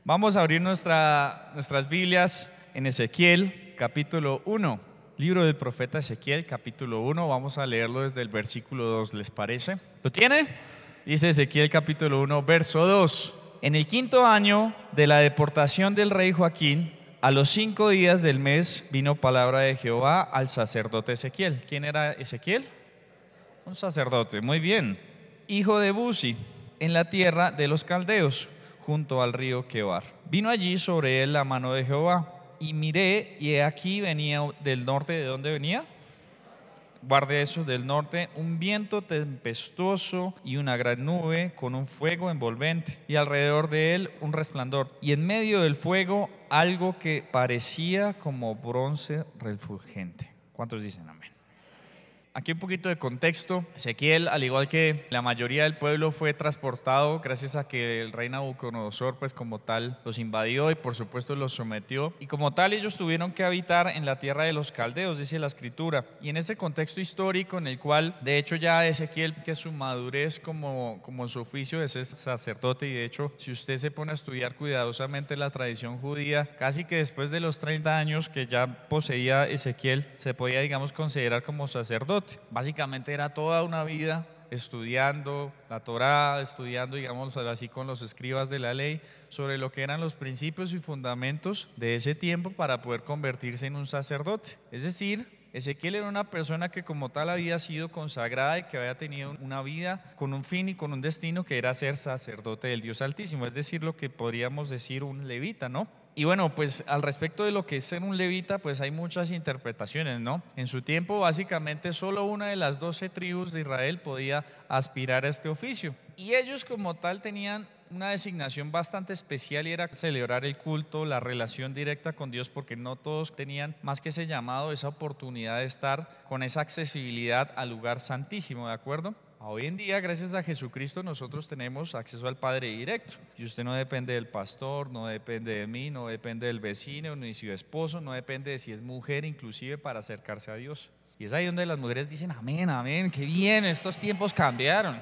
Vamos a abrir nuestras Biblias en Ezequiel, capítulo 1. Libro del profeta Ezequiel, capítulo 1. Vamos a leerlo desde el versículo 2, ¿les parece? ¿Lo tiene? Dice Ezequiel, capítulo 1, verso 2. En el 5.º año de la deportación del rey Joaquín, a los 5 días del mes, vino palabra de Jehová al sacerdote Ezequiel. ¿Quién era Ezequiel? Un sacerdote, muy bien. Hijo de Buzi, en la tierra de los caldeos, junto al río Quebar. Vino allí sobre él la mano de Jehová, y miré, y he aquí venía del norte. ¿De dónde venía? Guarde eso, del norte, un viento tempestuoso y una gran nube con un fuego envolvente, y alrededor de él un resplandor, y en medio del fuego algo que parecía como bronce refulgente. ¿Cuántos dicen amén? Aquí un poquito de contexto. Ezequiel, al igual que la mayoría del pueblo, fue transportado gracias a que el rey Nabucodonosor, pues como tal, los invadió y por supuesto los sometió. Y como tal, ellos tuvieron que habitar en la tierra de los caldeos, dice la escritura. Y en ese contexto histórico en el cual, de hecho, ya Ezequiel, que su madurez como su oficio es sacerdote, y de hecho, si usted se pone a estudiar cuidadosamente la tradición judía, casi que después de los 30 años que ya poseía Ezequiel, se podía, digamos, considerar como sacerdote. Básicamente era toda una vida estudiando la Torá, estudiando, digamos así, con los escribas de la ley sobre lo que eran los principios y fundamentos de ese tiempo para poder convertirse en un sacerdote. Es decir, Ezequiel era una persona que como tal había sido consagrada y que había tenido una vida con un fin y con un destino, que era ser sacerdote del Dios Altísimo, es decir, lo que podríamos decir un levita, ¿no? Y bueno, pues al respecto de lo que es ser un levita, pues hay muchas interpretaciones, ¿no? En su tiempo, básicamente, solo una de las 12 tribus de Israel podía aspirar a este oficio. Y ellos como tal tenían una designación bastante especial, y era celebrar el culto, la relación directa con Dios, porque no todos tenían más que ese llamado, esa oportunidad de estar con esa accesibilidad al lugar santísimo, ¿de acuerdo? Hoy en día, gracias a Jesucristo, nosotros tenemos acceso al Padre directo, y usted no depende del pastor, no depende de mí, no depende del vecino, ni de su esposo, no depende de si es mujer, inclusive, para acercarse a Dios. Y es ahí donde las mujeres dicen: amén, amén, qué bien, estos tiempos cambiaron.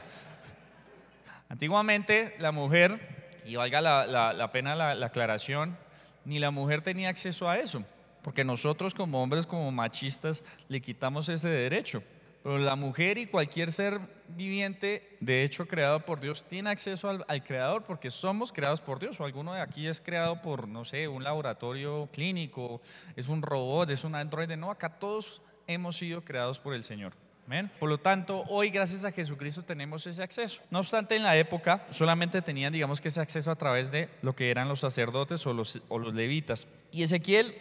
Antiguamente la mujer, y valga la pena la aclaración, ni la mujer tenía acceso a eso, porque nosotros como hombres, como machistas, le quitamos ese derecho. Pero la mujer y cualquier ser viviente, de hecho creado por Dios, tiene acceso al Creador, porque somos creados por Dios. O alguno de aquí es creado por, no sé, un laboratorio clínico, es un robot, es un androide. No, acá todos hemos sido creados por el Señor. Amén. Por lo tanto, hoy, gracias a Jesucristo, tenemos ese acceso. No obstante, en la época solamente tenían, digamos, que ese acceso a través de lo que eran los sacerdotes o los levitas. Y Ezequiel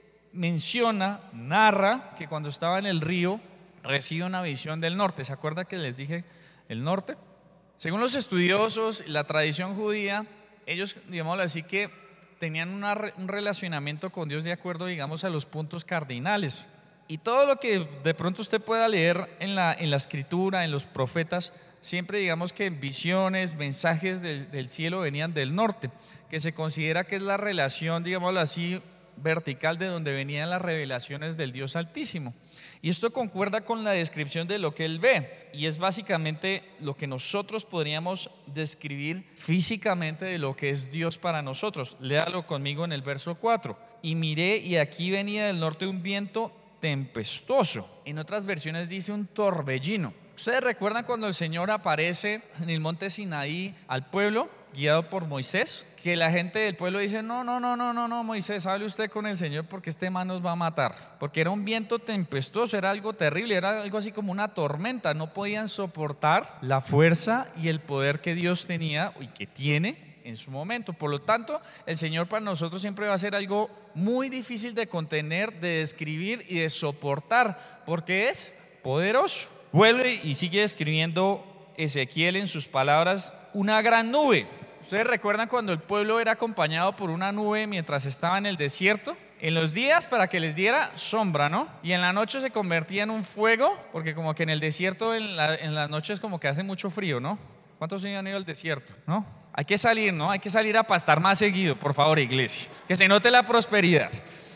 menciona, narra que cuando estaba en el río recibe una visión del norte. ¿Se acuerda que les dije el norte? Según los estudiosos, la tradición judía, ellos, digámoslo así, que tenían un relacionamiento con Dios de acuerdo, digamos, a los puntos cardinales. Y todo lo que de pronto usted pueda leer en la escritura, en los profetas, siempre, digamos, que visiones, mensajes del cielo venían del norte, que se considera que es la relación, digámoslo así, vertical, de donde venían las revelaciones del Dios Altísimo. Y esto concuerda con la descripción de lo que él ve, y es básicamente lo que nosotros podríamos describir físicamente de lo que es Dios para nosotros. Léalo conmigo en el verso 4. Y miré, y aquí venía del norte un viento tempestuoso. En otras versiones dice un torbellino. ¿Ustedes recuerdan cuando el Señor aparece en el monte Sinaí al pueblo, guiado por Moisés? Que la gente del pueblo dice: no, Moisés, hable usted con el Señor, porque este man nos va a matar. Porque era un viento tempestuoso, era algo terrible, era algo así como una tormenta. No podían soportar la fuerza y el poder que Dios tenía y que tiene en su momento. Por lo tanto, el Señor para nosotros siempre va a ser algo muy difícil de contener, de describir y de soportar, porque es poderoso. Vuelve y sigue describiendo Ezequiel en sus palabras una gran nube. ¿Ustedes recuerdan cuando el pueblo era acompañado por una nube mientras estaba en el desierto? En los días para que les diera sombra, ¿no? Y en la noche se convertía en un fuego, porque como que en el desierto en las noches como que hace mucho frío, ¿no? ¿Cuántos han ido al desierto, no? Hay que salir, ¿no? Hay que salir a pastar más seguido, por favor, iglesia, que se note la prosperidad.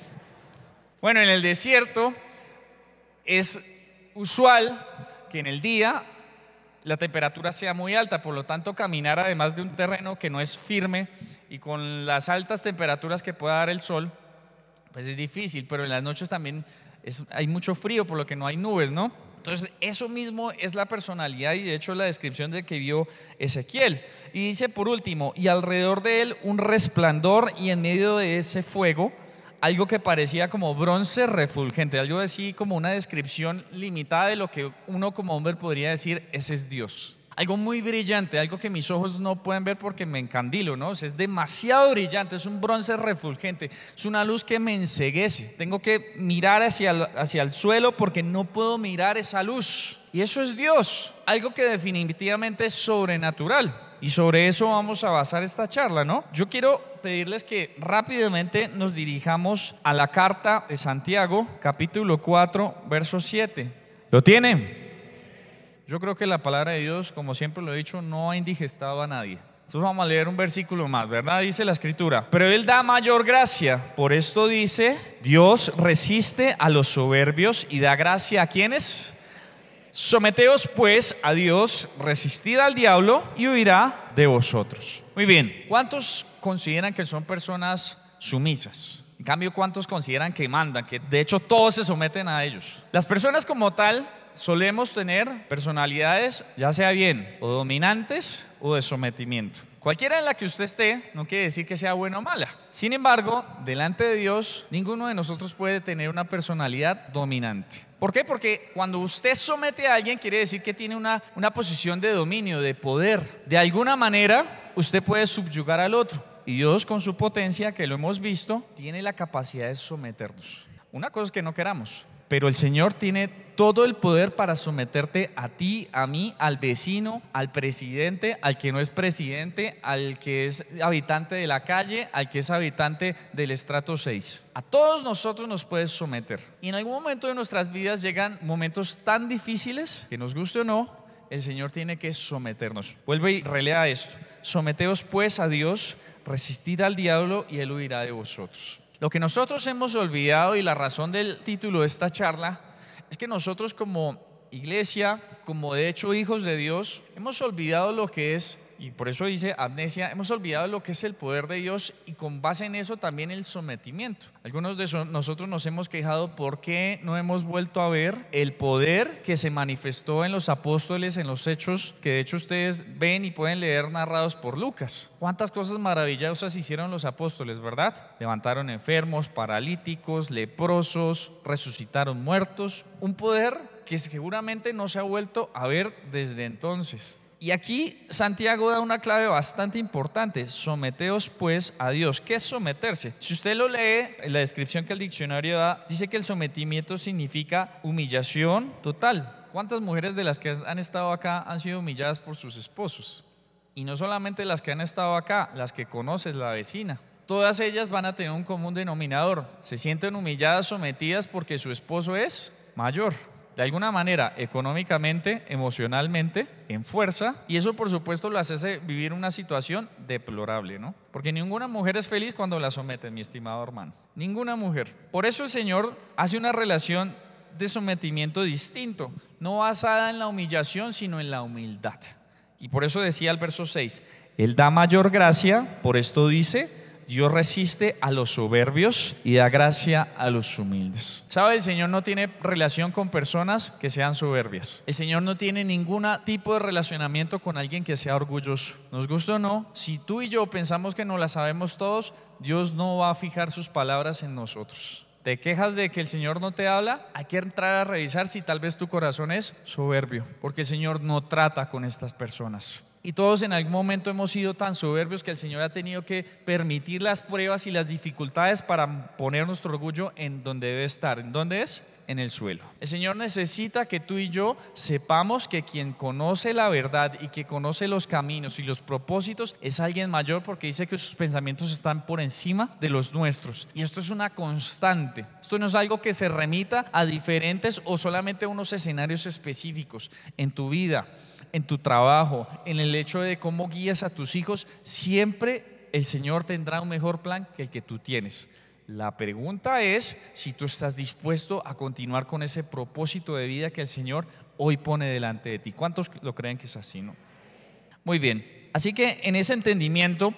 Bueno, en el desierto es usual que en el día la temperatura sea muy alta, por lo tanto caminar, además de un terreno que no es firme y con las altas temperaturas que pueda dar el sol, pues es difícil, pero en las noches también hay mucho frío, por lo que no hay nubes, ¿no? Entonces eso mismo es la personalidad y de hecho la descripción de que vio Ezequiel. Y dice por último, y alrededor de él un resplandor y en medio de ese fuego algo que parecía como bronce refulgente, algo así como una descripción limitada de lo que uno como hombre podría decir, ese es Dios. Algo muy brillante, algo que mis ojos no pueden ver porque me encandilo, ¿no? O sea, es demasiado brillante, es un bronce refulgente, es una luz que me enceguece. Tengo que mirar hacia el suelo porque no puedo mirar esa luz. Y eso es Dios, algo que definitivamente es sobrenatural. Y sobre eso vamos a basar esta charla, ¿no? Yo quiero pedirles que rápidamente nos dirijamos a la carta de Santiago, capítulo 4, verso 7. ¿Lo tienen? Yo creo que la palabra de Dios, como siempre lo he dicho, no ha indigestado a nadie. Entonces vamos a leer un versículo más, ¿verdad? Dice la escritura, pero Él da mayor gracia. Por esto dice, Dios resiste a los soberbios y da gracia a quienes. Someteos pues a Dios, resistid al diablo y huirá de vosotros. Muy bien, ¿cuántos consideran que son personas sumisas? En cambio, ¿cuántos consideran que mandan? Que de hecho todos se someten a ellos. Las personas como tal solemos tener personalidades, ya sea bien o dominantes o de sometimiento. Cualquiera en la que usted esté no quiere decir que sea buena o mala. Sin embargo, delante de Dios, ninguno de nosotros puede tener una personalidad dominante. ¿Por qué? Porque cuando usted somete a alguien quiere decir que tiene una posición de dominio, de poder. De alguna manera, usted puede subyugar al otro. Y Dios, con su potencia, que lo hemos visto, tiene la capacidad de someternos. Una cosa es que no queramos, pero el Señor tiene todo el poder para someterte a ti, a mí, al vecino, al presidente, al que no es presidente, al que es habitante de la calle, al que es habitante del estrato 6. A todos nosotros nos puede someter. Y en algún momento de nuestras vidas llegan momentos tan difíciles que nos guste o no, el Señor tiene que someternos. Vuelve y relea esto. Someteos pues a Dios, resistid al diablo y él huirá de vosotros. Lo que nosotros hemos olvidado y la razón del título de esta charla es que nosotros como iglesia, como de hecho hijos de Dios, hemos olvidado lo que es, y por eso dice amnesia, hemos olvidado lo que es el poder de Dios y con base en eso también el sometimiento. Algunos de nosotros nos hemos quejado porque no hemos vuelto a ver el poder que se manifestó en los apóstoles, en los hechos que de hecho ustedes ven y pueden leer narrados por Lucas. Cuántas cosas maravillosas hicieron los apóstoles, ¿verdad? Levantaron enfermos, paralíticos, leprosos, resucitaron muertos. Un poder que seguramente no se ha vuelto a ver desde entonces. Y aquí Santiago da una clave bastante importante. Someteos pues a Dios. ¿Qué es someterse? Si usted lo lee, en la descripción que el diccionario da, dice que el sometimiento significa humillación total. ¿Cuántas mujeres de las que han estado acá han sido humilladas por sus esposos? Y no solamente las que han estado acá, las que conoces, la vecina. Todas ellas van a tener un común denominador. Se sienten humilladas, sometidas porque su esposo es mayor. De alguna manera, económicamente, emocionalmente, en fuerza, y eso por supuesto lo hace vivir una situación deplorable, ¿no? Porque ninguna mujer es feliz cuando la someten, mi estimado hermano. Ninguna mujer. Por eso el Señor hace una relación de sometimiento distinto, no basada en la humillación, sino en la humildad. Y por eso decía el verso 6, Él da mayor gracia, por esto dice, Dios resiste a los soberbios y da gracia a los humildes. ¿Sabe? El Señor no tiene relación con personas que sean soberbias. El Señor no tiene ningún tipo de relacionamiento con alguien que sea orgulloso. Nos gusta o no, si tú y yo pensamos que no la sabemos todos, Dios no va a fijar sus palabras en nosotros. ¿Te quejas de que el Señor no te habla? Hay que entrar a revisar si tal vez tu corazón es soberbio, porque el Señor no trata con estas personas. Y todos en algún momento hemos sido tan soberbios que el Señor ha tenido que permitir las pruebas y las dificultades para poner nuestro orgullo en donde debe estar. ¿En dónde es? En el suelo. El Señor necesita que tú y yo sepamos que quien conoce la verdad y que conoce los caminos y los propósitos es alguien mayor, porque dice que sus pensamientos están por encima de los nuestros. Y esto es una constante. Esto no es algo que se remita a diferentes o solamente a unos escenarios específicos en tu vida, en tu trabajo, en el hecho de cómo guías a tus hijos. Siempre el Señor tendrá un mejor plan que el que tú tienes. La pregunta es si tú estás dispuesto a continuar con ese propósito de vida que el Señor hoy pone delante de ti. ¿Cuántos lo creen que es así, no? Muy bien, así que en ese entendimiento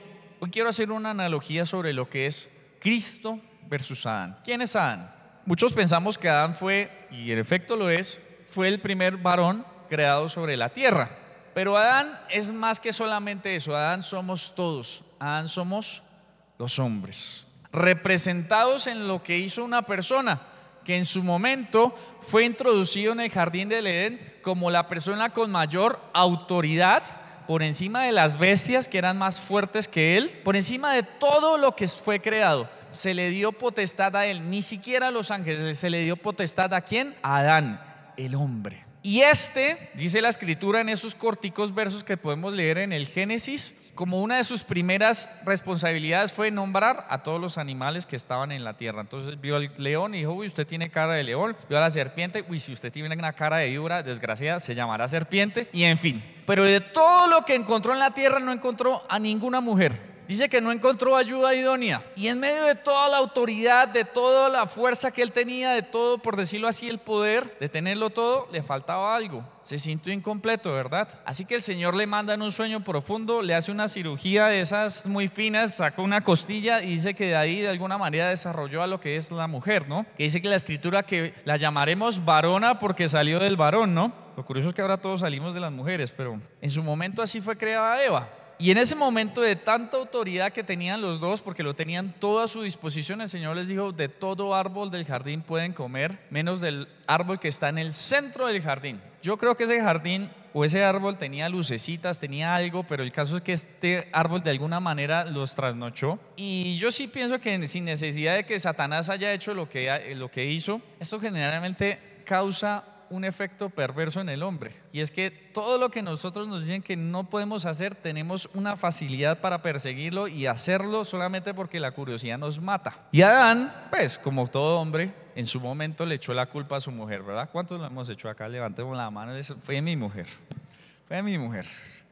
Hoy quiero hacer una analogía sobre lo que es Cristo versus Adán. ¿Quién es Adán? Muchos pensamos que Adán fue, y en efecto lo es, fue el primer varón creado sobre la tierra. Pero Adán es más que solamente eso. Adán somos todos. Adán somos los hombres, representados en lo que hizo una persona que en su momento fue introducido en el jardín del Edén como la persona con mayor autoridad por encima de las bestias que eran más fuertes que él, por encima de todo lo que fue creado. Se le dio potestad a él, ni siquiera a los ángeles, se le dio potestad. ¿A quién? A Adán, el hombre. Y dice la escritura en esos corticos versos que podemos leer en el Génesis, como una de sus primeras responsabilidades fue nombrar a todos los animales que estaban en la tierra. Entonces vio al león y dijo: uy, usted tiene cara de león. Vio a la serpiente: uy, si usted tiene una cara de víbora, desgraciada, se llamará serpiente. Y en fin, pero de todo lo que encontró en la tierra no encontró a ninguna mujer. Dice que no encontró ayuda idónea. Y en medio de toda la autoridad, de toda la fuerza que él tenía, de todo, por decirlo así, el poder de tenerlo todo, le faltaba algo. Se sintió incompleto, ¿verdad? Así que el Señor le manda en un sueño profundo, le hace una cirugía de esas muy finas, sacó una costilla y dice que de ahí de alguna manera desarrolló a lo que es la mujer, ¿no? Que dice que la escritura que la llamaremos varona porque salió del varón, ¿no? Lo curioso es que ahora todos salimos de las mujeres, pero en su momento así fue creada Eva. Y en ese momento de tanta autoridad que tenían los dos, porque lo tenían todo a su disposición, el Señor les dijo: de todo árbol del jardín pueden comer, menos del árbol que está en el centro del jardín. Yo creo que ese jardín o ese árbol tenía lucecitas, tenía algo, pero el caso es que este árbol de alguna manera los trasnochó. Y yo sí pienso que sin necesidad de que Satanás haya hecho lo que hizo, esto generalmente causa un efecto perverso en el hombre, y es que todo lo que nosotros nos dicen que no podemos hacer, tenemos una facilidad para perseguirlo y hacerlo solamente porque la curiosidad nos mata. Y Adán, pues como todo hombre, en su momento le echó la culpa a su mujer, ¿verdad? ¿Cuántos lo hemos hecho acá? Levantemos la mano. Fue mi mujer, fue mi mujer,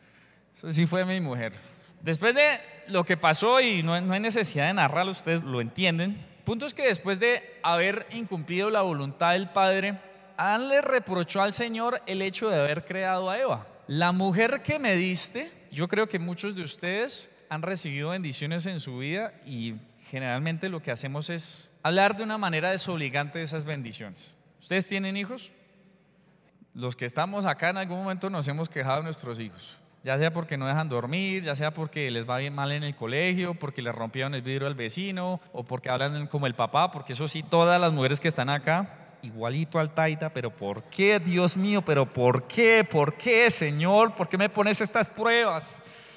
eso sí fue mi mujer. Después de lo que pasó, y no hay necesidad de narrarlo, ustedes lo entienden. El punto es que después de haber incumplido la voluntad del Padre, Adán le reprochó al Señor el hecho de haber creado a Eva. La mujer que me diste. Yo creo que muchos de ustedes han recibido bendiciones en su vida y generalmente lo que hacemos es hablar de una manera desobligante de esas bendiciones. ¿Ustedes tienen hijos? Los que estamos acá en algún momento nos hemos quejado de nuestros hijos, ya sea porque no dejan dormir, ya sea porque les va bien mal en el colegio, porque le rompieron el vidrio al vecino, o porque hablan como el papá, porque eso sí, todas las mujeres que están acá igualito al taita. Pero ¿por qué, Dios mío? ¿Pero por qué? ¿Por qué, Señor? ¿Por qué me pones estas pruebas?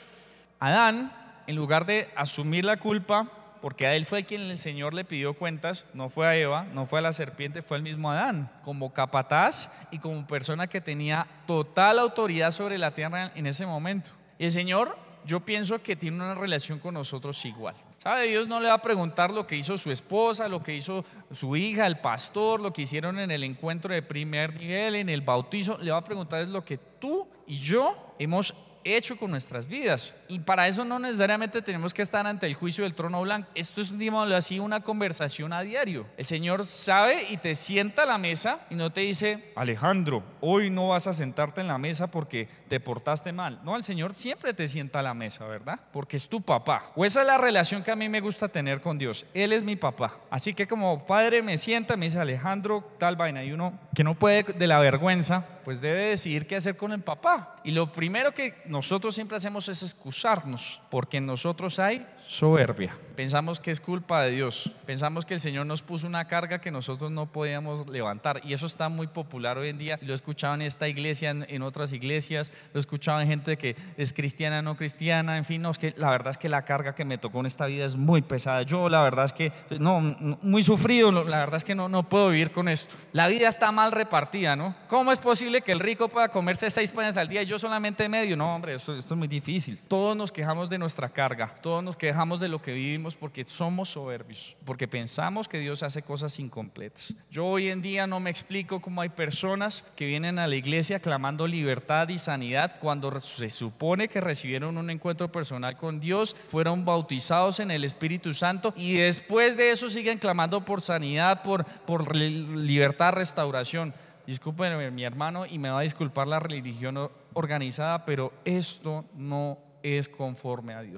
Adán, en lugar de asumir la culpa, porque a él fue quien el Señor le pidió cuentas, no fue a Eva, no fue a la serpiente, fue el mismo Adán, como capataz y como persona que tenía total autoridad sobre la tierra en ese momento. Y el Señor, yo pienso que tiene una relación con nosotros igual. ¿Sabe? Dios no le va a preguntar lo que hizo su esposa, lo que hizo su hija, el pastor, lo que hicieron en el encuentro de primer nivel, en el bautizo. Le va a preguntar es lo que tú y yo hemos hecho con nuestras vidas. Y para eso no necesariamente tenemos que estar ante el juicio del trono blanco. Esto es, digámoslo así, una conversación a diario. El Señor sabe y te sienta a la mesa y no te dice: Alejandro, hoy no vas a sentarte en la mesa porque te portaste mal. No, el Señor siempre te sienta a la mesa, ¿verdad? Porque es tu papá. O esa es la relación que a mí me gusta tener con Dios. Él es mi papá. Así que como padre me sienta, me dice: Alejandro, tal vaina. Y uno que no puede de la vergüenza, pues debe decidir qué hacer con el papá. Y lo primero que nosotros siempre hacemos es excusarnos, porque en nosotros hay soberbia. Pensamos que es culpa de Dios, pensamos que el Señor nos puso una carga que nosotros no podíamos levantar, y eso está muy popular hoy en día. Lo he escuchado en esta iglesia, en otras iglesias, lo he escuchado en gente que es cristiana, no cristiana, en fin. No, es que la verdad es que la carga que me tocó en esta vida es muy pesada. Yo la verdad es que no, muy sufrido, la verdad es que no puedo vivir con esto. La vida está mal repartida, ¿no? ¿Cómo es posible que el rico pueda comerse 6 panes al día y yo solamente medio? No, hombre, esto es muy difícil. Todos nos quejamos de nuestra carga, todos nos quejamos de lo que vivimos, porque somos soberbios, porque pensamos que Dios hace cosas incompletas. Yo hoy en día no me explico cómo hay personas que vienen a la iglesia clamando libertad y sanidad cuando se supone que recibieron un encuentro personal con Dios, fueron bautizados en el Espíritu Santo, y después de eso siguen clamando por sanidad, por libertad, restauración. Discúlpenme, mi hermano, y me va a disculpar la religión organizada, pero esto no es conforme a Dios.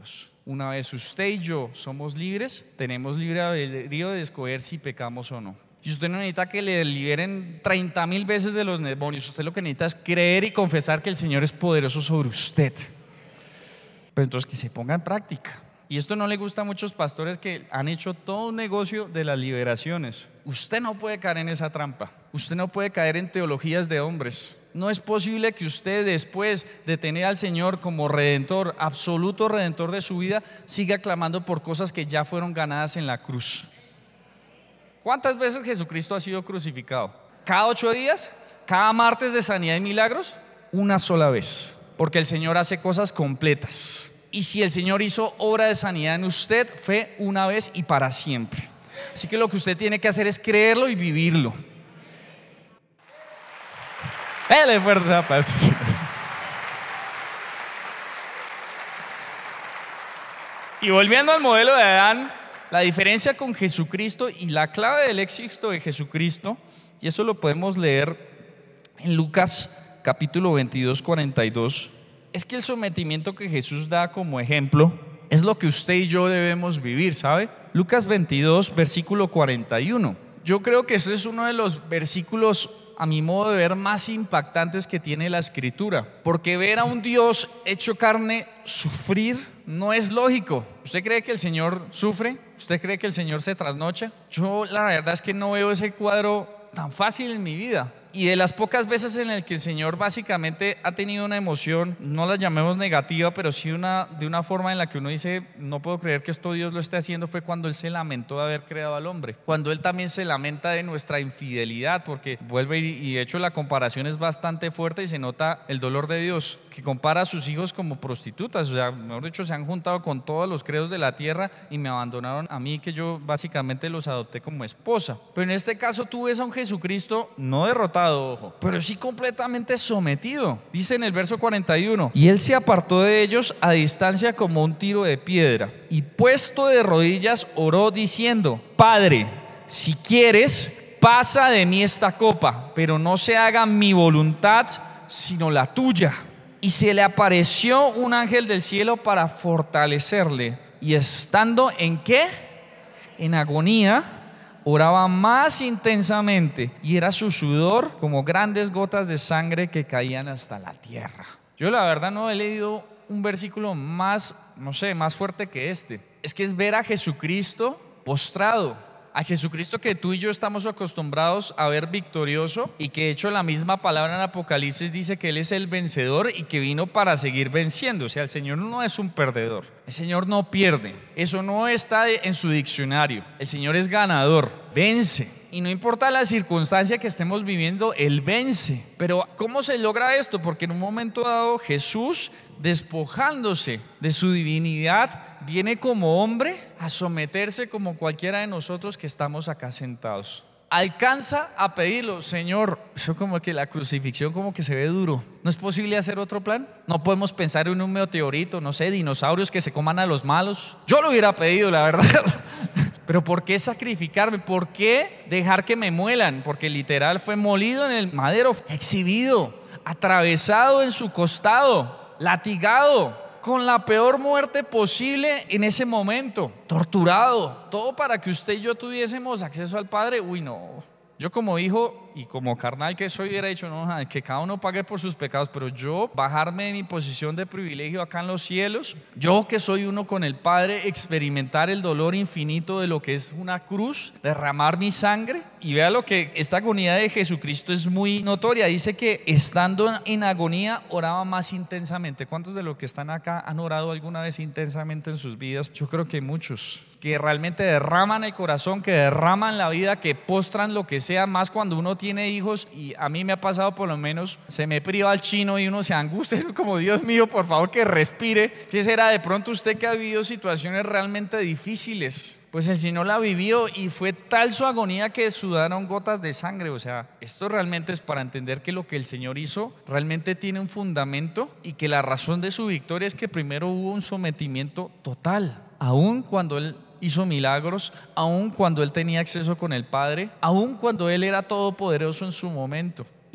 Una vez usted y yo somos libres, tenemos libre albedrío de escoger si pecamos o no. Y usted no necesita que le liberen 30,000 veces de los demonios. Usted lo que necesita es creer y confesar que el Señor es poderoso sobre usted. Pero entonces que se ponga en práctica. Y esto no le gusta a muchos pastores que han hecho todo un negocio de las liberaciones. Usted no puede caer en esa trampa. Usted no puede caer en teologías de hombres. No es posible que usted, después de tener al Señor como redentor, absoluto redentor de su vida, siga clamando por cosas que ya fueron ganadas en la cruz. ¿Cuántas veces Jesucristo ha sido crucificado? ¿Cada 8 días? ¿Cada martes de sanidad y milagros? Una sola vez. Porque el Señor hace cosas completas. Y si el Señor hizo obra de sanidad en usted, fue una vez y para siempre. Así que lo que usted tiene que hacer es creerlo y vivirlo. Dale fuerte ese aplauso. Y volviendo al modelo de Adán, la diferencia con Jesucristo y la clave del éxito de Jesucristo, y eso lo podemos leer en Lucas capítulo 22, 42, es que el sometimiento que Jesús da como ejemplo es lo que usted y yo debemos vivir, ¿sabe? Lucas 22, versículo 41. Yo creo que ese es uno de los versículos, a mi modo de ver, más impactantes que tiene la Escritura, porque ver a un Dios hecho carne sufrir no es lógico. ¿Usted cree que el Señor sufre? ¿Usted cree que el Señor se trasnocha? Yo la verdad es que no veo ese cuadro tan fácil en mi vida. Y de las pocas veces en el que el Señor básicamente ha tenido una emoción, no la llamemos negativa, pero sí de una forma en la que uno dice, no puedo creer que esto Dios lo esté haciendo, fue cuando Él se lamentó de haber creado al hombre. Cuando Él también se lamenta de nuestra infidelidad, porque vuelve y de hecho la comparación es bastante fuerte y se nota el dolor de Dios, que compara a sus hijos como prostitutas. O sea, mejor dicho, se han juntado con todos los creos de la tierra y me abandonaron a mí, que yo básicamente los adopté como esposa. Pero en este caso tú ves a un Jesucristo no derrotado, ojo, pero sí completamente sometido. Dice en el verso 41: y Él se apartó de ellos a distancia como un tiro de piedra, y puesto de rodillas oró diciendo: Padre, si quieres, pasa de mí esta copa, pero no se haga mi voluntad sino la tuya. Y se le apareció un ángel del cielo para fortalecerle, y estando ¿en qué? En agonía, oraba más intensamente, y era su sudor como grandes gotas de sangre que caían hasta la tierra. Yo la verdad no he leído un versículo más, no sé, más fuerte que este. Es que es ver a Jesucristo postrado, a Jesucristo que tú y yo estamos acostumbrados a ver victorioso, y que de hecho la misma palabra en Apocalipsis dice que Él es el vencedor y que vino para seguir venciendo. O sea, el Señor no es un perdedor, el Señor no pierde, eso no está en su diccionario. El Señor es ganador, vence. Y no importa la circunstancia que estemos viviendo, Él vence. Pero ¿cómo se logra esto? Porque en un momento dado Jesús, despojándose de su divinidad, viene como hombre a someterse como cualquiera de nosotros que estamos acá sentados. Alcanza a pedirlo: Señor, eso como que la crucifixión como que se ve duro. ¿No es posible hacer otro plan? ¿No podemos pensar en un meteorito, no sé, dinosaurios que se coman a los malos? Yo lo hubiera pedido, la verdad. Pero ¿por qué sacrificarme? ¿Por qué dejar que me muelan? Porque literal fue molido en el madero, exhibido, atravesado en su costado, latigado, con la peor muerte posible en ese momento, torturado, todo para que usted y yo tuviésemos acceso al Padre. Uy, no. Yo como hijo y como carnal que soy hubiera dicho: no, que cada uno pague por sus pecados, pero yo bajarme de mi posición de privilegio acá en los cielos, yo que soy uno con el Padre, experimentar el dolor infinito de lo que es una cruz, derramar mi sangre. Y vea lo que esta agonía de Jesucristo es muy notoria. Dice que estando en agonía oraba más intensamente. ¿Cuántos de los que están acá han orado alguna vez intensamente en sus vidas? Yo creo que muchos, que realmente derraman el corazón, que derraman la vida, que postran lo que sea, más cuando uno tiene hijos. Y a mí me ha pasado, por lo menos, se me priva el chino y uno se angustia como: Dios mío, por favor, que respire. ¿Qué será? De pronto usted que ha vivido situaciones realmente difíciles, pues el Señor la vivió y fue tal su agonía que sudaron gotas de sangre. O sea, esto realmente es para entender que lo que el Señor hizo realmente tiene un fundamento, y que la razón de su victoria es que primero hubo un sometimiento total. Aún cuando Él hizo milagros, aún cuando Él tenía acceso con el Padre, aún cuando Él era todopoderoso en su momento.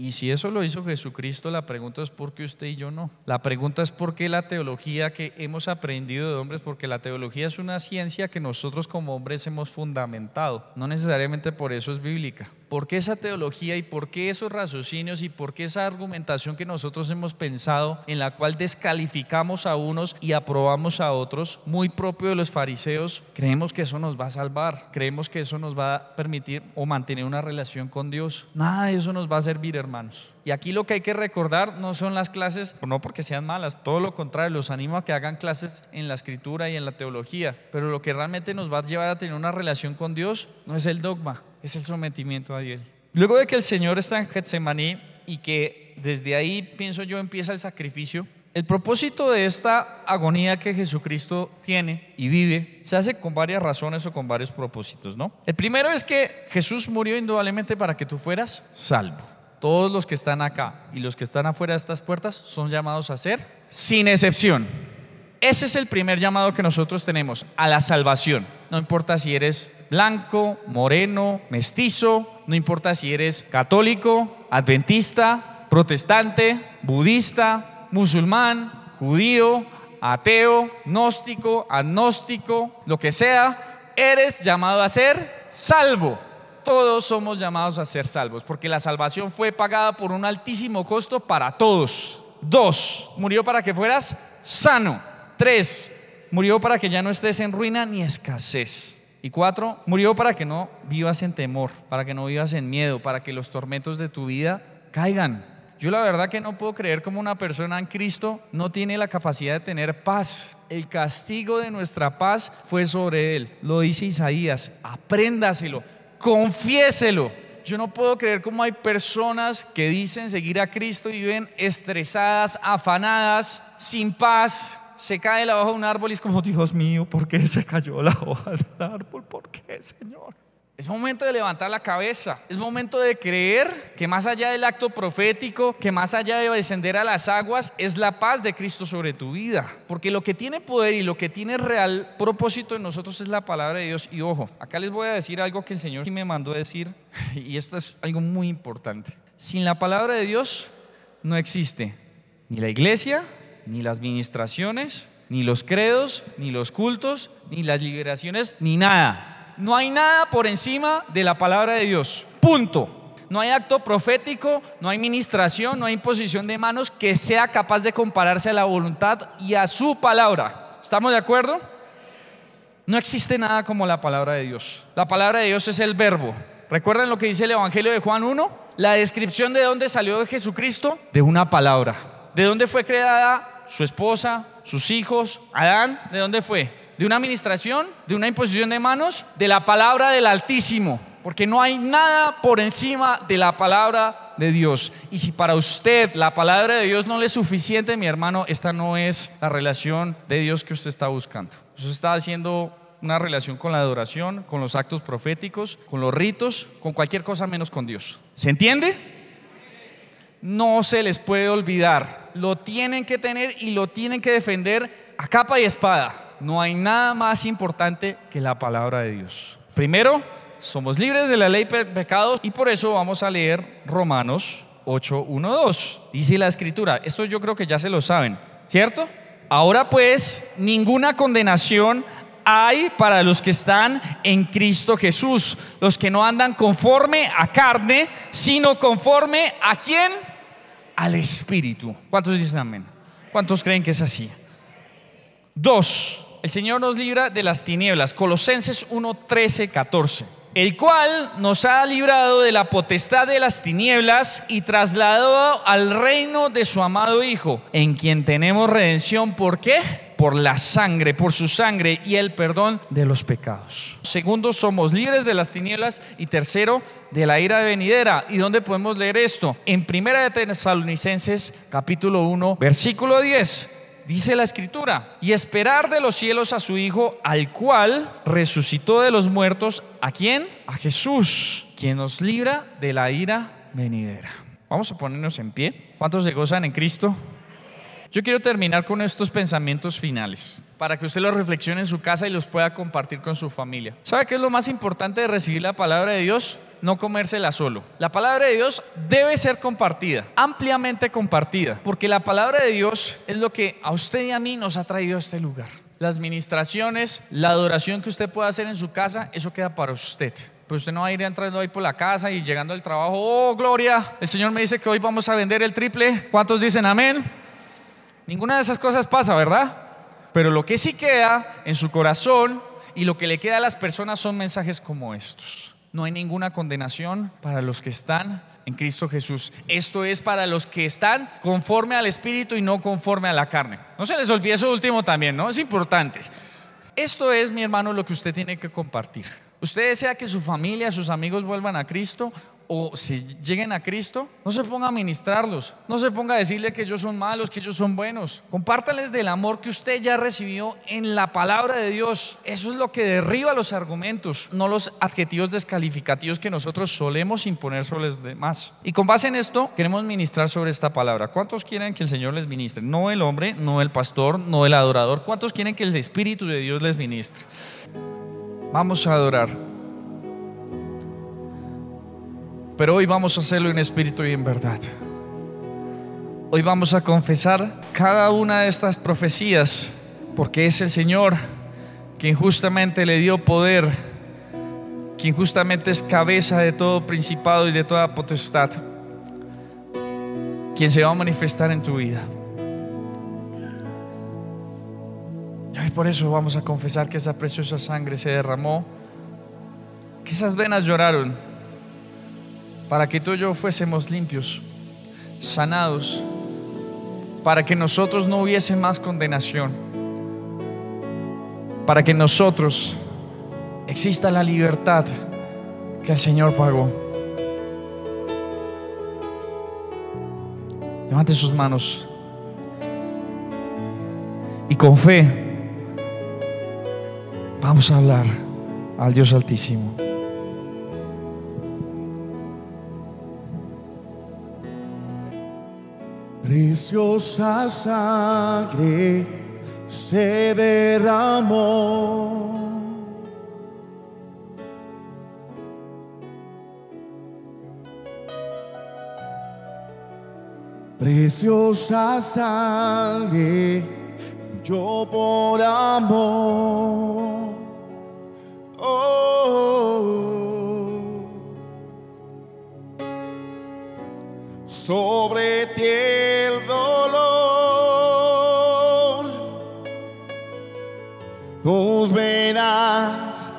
Y si eso lo hizo Jesucristo, la pregunta es ¿por qué usted y yo no? La pregunta es ¿por qué la teología que hemos aprendido de hombres? Porque la teología es una ciencia que nosotros como hombres hemos fundamentado. No necesariamente por eso es bíblica. ¿Por qué esa teología y por qué esos raciocinios y por qué esa argumentación que nosotros hemos pensado, en la cual descalificamos a unos y aprobamos a otros, muy propio de los fariseos? Creemos que eso nos va a salvar, creemos que eso nos va a permitir o mantener una relación con Dios. Nada de eso nos va a servir, hermanos. Y aquí lo que hay que recordar no son las clases, no porque sean malas, todo lo contrario, los animo a que hagan clases en la escritura y en la teología, pero lo que realmente nos va a llevar a tener una relación con Dios no es el dogma, es el sometimiento a Él. Luego de que el Señor está en Getsemaní y que desde ahí, pienso yo, empieza el sacrificio, el propósito de esta agonía que Jesucristo tiene y vive se hace con varias razones o con varios propósitos, ¿no? El primero es que Jesús murió indudablemente para que tú fueras salvo. Todos los que están acá y los que están afuera de estas puertas son llamados a ser sin excepción. Ese es el primer llamado que nosotros tenemos, a la salvación. No importa si eres blanco, moreno, mestizo, no importa si eres católico, adventista, protestante, budista, musulmán, judío, ateo, gnóstico, agnóstico, lo que sea, eres llamado a ser salvo. Todos somos llamados a ser salvos, porque la salvación fue pagada por un altísimo costo para todos. 2, murió para que fueras sano. 3, murió para que ya no estés en ruina ni escasez. Y 4, murió para que no vivas en temor, para que no vivas en miedo, para que los tormentos de tu vida caigan. Yo la verdad que no puedo creer cómo una persona en Cristo no tiene la capacidad de tener paz. El castigo de nuestra paz fue sobre él. Lo dice Isaías, apréndaselo, confiéselo. Yo no puedo creer cómo hay personas que dicen seguir a Cristo y viven estresadas, afanadas, sin paz. Se cae la hoja de un árbol y es como, Dios mío, ¿por qué se cayó la hoja del árbol? ¿Por qué, Señor? Es momento de levantar la cabeza, es momento de creer que más allá del acto profético, que más allá de descender a las aguas, es la paz de Cristo sobre tu vida. Porque lo que tiene poder y lo que tiene real propósito en nosotros es la palabra de Dios. Y ojo, acá les voy a decir algo que el Señor sí me mandó a decir, y esto es algo muy importante. Sin la palabra de Dios no existe ni la iglesia, ni las ministraciones, ni los credos, ni los cultos, ni las liberaciones, ni nada. No hay nada por encima de la palabra de Dios, punto. No hay acto profético, no hay ministración, no hay imposición de manos que sea capaz de compararse a la voluntad y a su palabra. ¿Estamos de acuerdo? No existe nada como la palabra de Dios. La palabra de Dios es el verbo. ¿Recuerdan lo que dice el Evangelio de Juan 1? La descripción de dónde salió de Jesucristo, de una palabra. ¿De dónde fue creada su esposa, sus hijos, Adán? ¿De dónde fue? ¿De una administración? ¿De una imposición de manos? De la palabra del Altísimo, porque no hay nada por encima de la palabra de Dios. Y si para usted la palabra de Dios no le es suficiente, mi hermano, esta no es la relación de Dios que usted está buscando. Usted está haciendo una relación con la adoración, con los actos proféticos, con los ritos, con cualquier cosa menos con Dios. ¿Se entiende? No se les puede olvidar, lo tienen que tener y lo tienen que defender a capa y espada. No hay nada más importante que la palabra de Dios. Primero, somos libres de la ley de pecados y por eso vamos a leer Romanos 8:1-2. Dice la escritura, esto yo creo que ya se lo saben, ¿cierto? Ahora pues, ninguna condenación hay para los que están en Cristo Jesús, los que no andan conforme a carne, sino conforme ¿a quién? Al Espíritu. ¿Cuántos dicen amén? ¿Cuántos creen que es así? 2. El Señor nos libra de las tinieblas. Colosenses 1:13-14. El cual nos ha librado de la potestad de las tinieblas y trasladado al reino de su amado Hijo, en quien tenemos redención. ¿Por qué? Por la sangre, por su sangre y el perdón de los pecados. Segundo, somos libres de las tinieblas. Y tercero, de la ira venidera. ¿Y dónde podemos leer esto? En 1 de Tesalonicenses capítulo 1 versículo 10. Dice la escritura, y esperar de los cielos a su Hijo, al cual resucitó de los muertos. ¿A quién? A Jesús, quien nos libra de la ira venidera. Vamos a ponernos en pie. ¿Cuántos se gozan en Cristo? Yo quiero terminar con estos pensamientos finales para que usted los reflexione en su casa y los pueda compartir con su familia. ¿Sabe qué es lo más importante de recibir la palabra de Dios? No comérsela solo. La palabra de Dios debe ser compartida, ampliamente compartida, porque la palabra de Dios es lo que a usted y a mí nos ha traído a este lugar. Las ministraciones, la adoración que usted pueda hacer en su casa, eso queda para usted. Pero usted no va a ir entrando ahí por la casa y llegando al trabajo: oh, gloria, el Señor me dice que hoy vamos a vender el triple. ¿Cuántos dicen amén? Ninguna de esas cosas pasa, ¿verdad? Pero lo que sí queda en su corazón y lo que le queda a las personas son mensajes como estos. No hay ninguna condenación para los que están en Cristo Jesús. Esto es para los que están conforme al Espíritu y no conforme a la carne. No se les olvide eso último también, ¿no? Es importante. Esto es, mi hermano, lo que usted tiene que compartir. ¿Usted desea que su familia, sus amigos vuelvan a Cristo? O si lleguen a Cristo, no se ponga a ministrarlos, no se ponga a decirle que ellos son malos, que ellos son buenos. Compártales del amor que usted ya recibió en la palabra de Dios. Eso es lo que derriba los argumentos, no los adjetivos descalificativos que nosotros solemos imponer sobre los demás. Y con base en esto queremos ministrar sobre esta palabra. ¿Cuántos quieren que el Señor les ministre? No el hombre, no el pastor, no el adorador. ¿Cuántos quieren que el Espíritu de Dios les ministre? Vamos a adorar. Pero hoy vamos a hacerlo en espíritu y en verdad. Hoy vamos a confesar cada una de estas profecías, porque es el Señor quien justamente le dio poder, quien justamente es cabeza de todo principado y de toda potestad, quien se va a manifestar en tu vida. Y por eso vamos a confesar que esa preciosa sangre se derramó, que esas venas lloraron, para que tú y yo fuésemos limpios, sanados, para que nosotros no hubiese más condenación, para que en nosotros exista la libertad que el Señor pagó. Levante sus manos y con fe vamos a hablar al Dios Altísimo. Preciosa sangre se derramó, preciosa sangre, yo por amor. Sobre ti el dolor, tus venas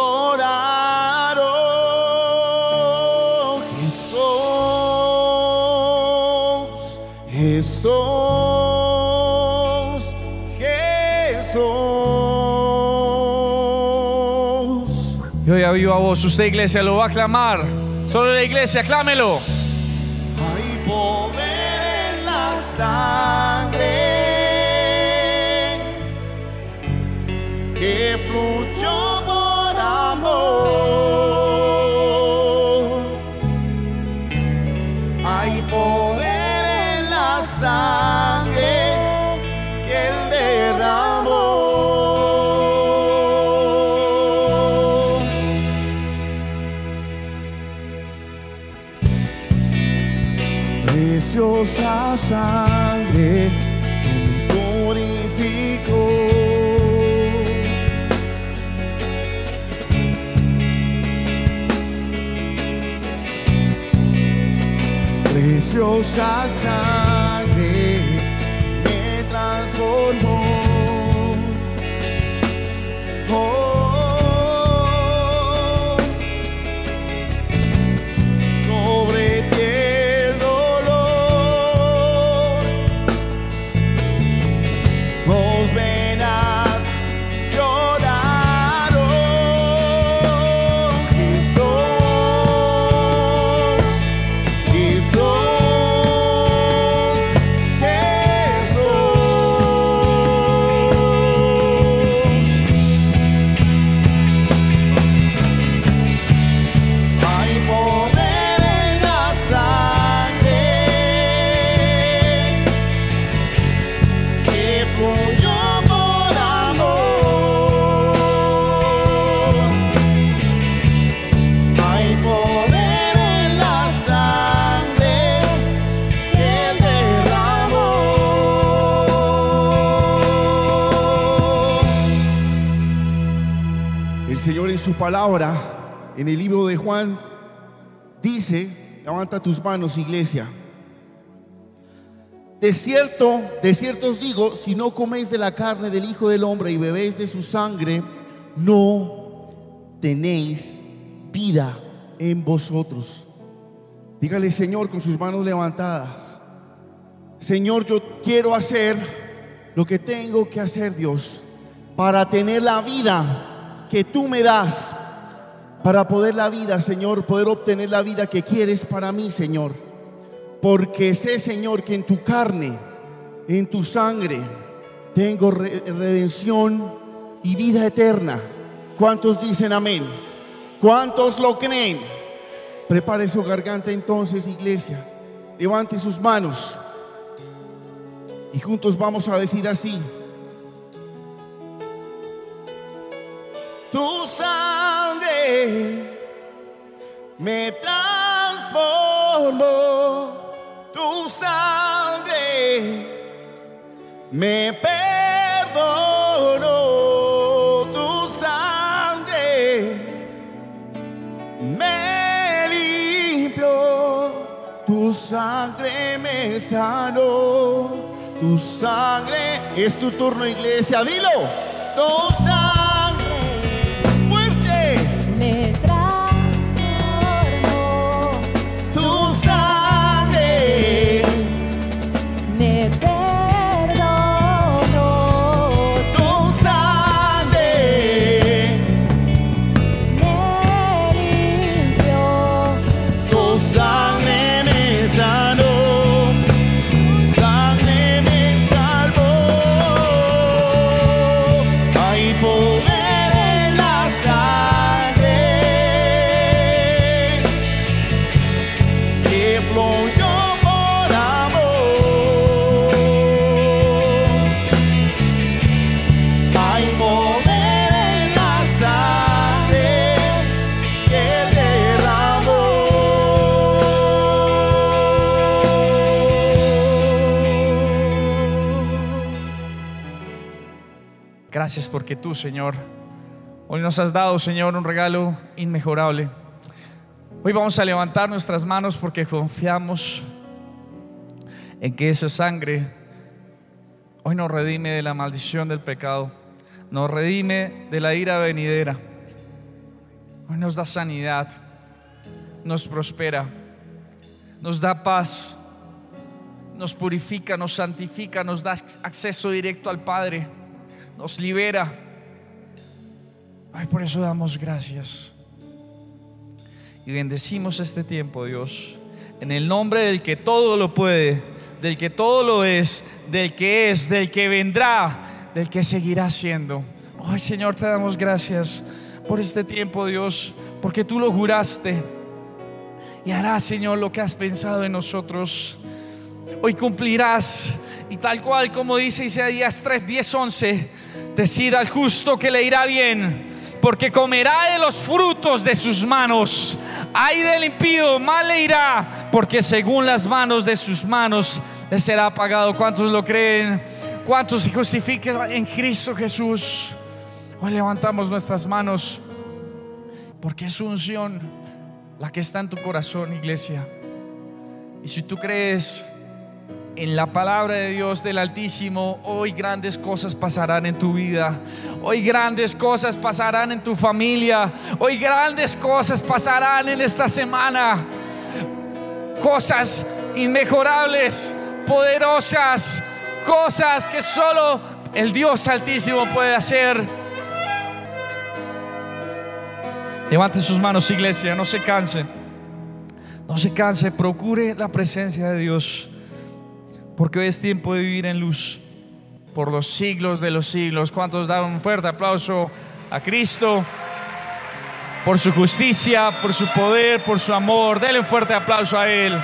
lloraron. Jesús, Jesús, Jesús. Y hoy a viva voz usted, iglesia, lo va a clamar. Solo la iglesia, clámelo. Poder en la sangre que fluyó por amor. Hay poder en la sangre que Él derramó. Preciosa sangre que me purificó, preciosa sangre me transformó. Sobre ti tus venas lloraron. Jesús, Jesús, Jesús. palabra en el libro de Juan dice, levanta tus manos, iglesia. De cierto os digo, si no coméis de la carne del Hijo del Hombre y bebéis de su sangre, no tenéis vida en vosotros. Dígale, Señor, con sus manos levantadas: Señor, yo quiero hacer lo que tengo que hacer, Dios, para tener la vida que tú me das, para poder la vida, Señor, poder obtener la vida que quieres para mí, Señor. Porque sé, Señor, que en tu carne, en tu sangre, tengo redención y vida eterna. ¿Cuántos dicen amén? ¿Cuántos lo creen? Prepare su garganta entonces, iglesia. Levante sus manos y juntos vamos a decir así: tu sangre me transformó, tu sangre me perdonó, tu sangre me limpió, tu sangre me sanó, tu sangre. Es tu turno, iglesia, dilo. Tu sangre fuerte me transformó, tu sangre me perdonó, tu sangre me limpió, tu sangre me sanó, sangre me salvó. Hay poder en la sangre que fluyó por amor. Hay poder en la sangre que derramó. Gracias porque tú, Señor, hoy nos has dado, Señor, un regalo inmejorable. Hoy vamos a levantar nuestras manos porque confiamos en que esa sangre hoy nos redime de la maldición del pecado, nos redime de la ira venidera. Hoy nos da sanidad, nos prospera, nos da paz, nos purifica, nos santifica, nos da acceso directo al Padre, nos libera. Ay, por eso damos gracias y bendecimos este tiempo, Dios, en el nombre del que todo lo puede, del que todo lo es, del que vendrá, del que seguirá siendo. Ay, Señor, te damos gracias por este tiempo, Dios, porque tú lo juraste y harás, Señor, lo que has pensado en nosotros. Hoy cumplirás, y tal cual como dice Isaías 3, 10, 11: decida al justo que le irá bien, porque comerá de los frutos de sus manos. Ay del impío, mal le irá, porque según las manos de sus manos le será pagado. ¿Cuántos lo creen? ¿Cuántos se justifican en Cristo Jesús? Hoy levantamos nuestras manos porque es su unción la que está en tu corazón, iglesia. Y si tú crees en la palabra de Dios del Altísimo, hoy grandes cosas pasarán en tu vida. Hoy grandes cosas pasarán en tu familia. Hoy grandes cosas pasarán en esta semana. Cosas inmejorables, poderosas, cosas que solo el Dios Altísimo puede hacer. Levante sus manos, iglesia, no se canse. No se canse, procure la presencia de Dios, porque hoy es tiempo de vivir en luz por los siglos de los siglos. ¿Cuántos dan un fuerte aplauso a Cristo por su justicia, por su poder, por su amor? Denle un fuerte aplauso a Él.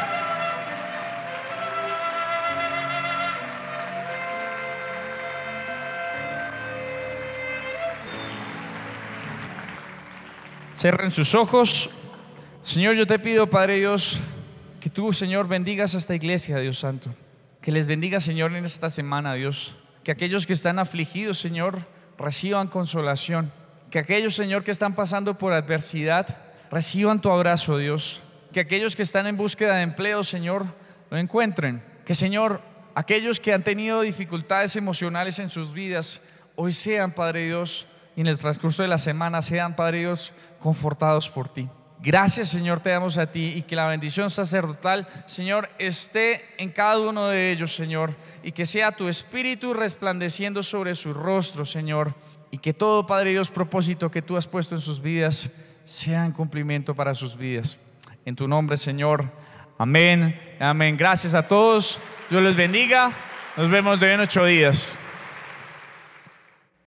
Cierren sus ojos. Señor, yo te pido, Padre Dios, que tú, Señor, bendigas a esta iglesia, Dios Santo. Que les bendiga, Señor, en esta semana, Dios. Que aquellos que están afligidos, Señor, reciban consolación. Que aquellos, Señor, que están pasando por adversidad reciban tu abrazo, Dios. Que aquellos que están en búsqueda de empleo, Señor, lo encuentren. Que, Señor, aquellos que han tenido dificultades emocionales en sus vidas hoy sean, Padre Dios, y en el transcurso de la semana sean, Padre Dios, confortados por ti. Gracias, Señor, te damos a ti, y que la bendición sacerdotal, Señor, esté en cada uno de ellos, Señor, y que sea tu espíritu resplandeciendo sobre sus rostros, Señor, y que todo, Padre Dios, propósito que tú has puesto en sus vidas sea en cumplimiento para sus vidas. En tu nombre, Señor. Amén. Amén. Gracias a todos. Dios les bendiga. Nos vemos de hoy en 8 días.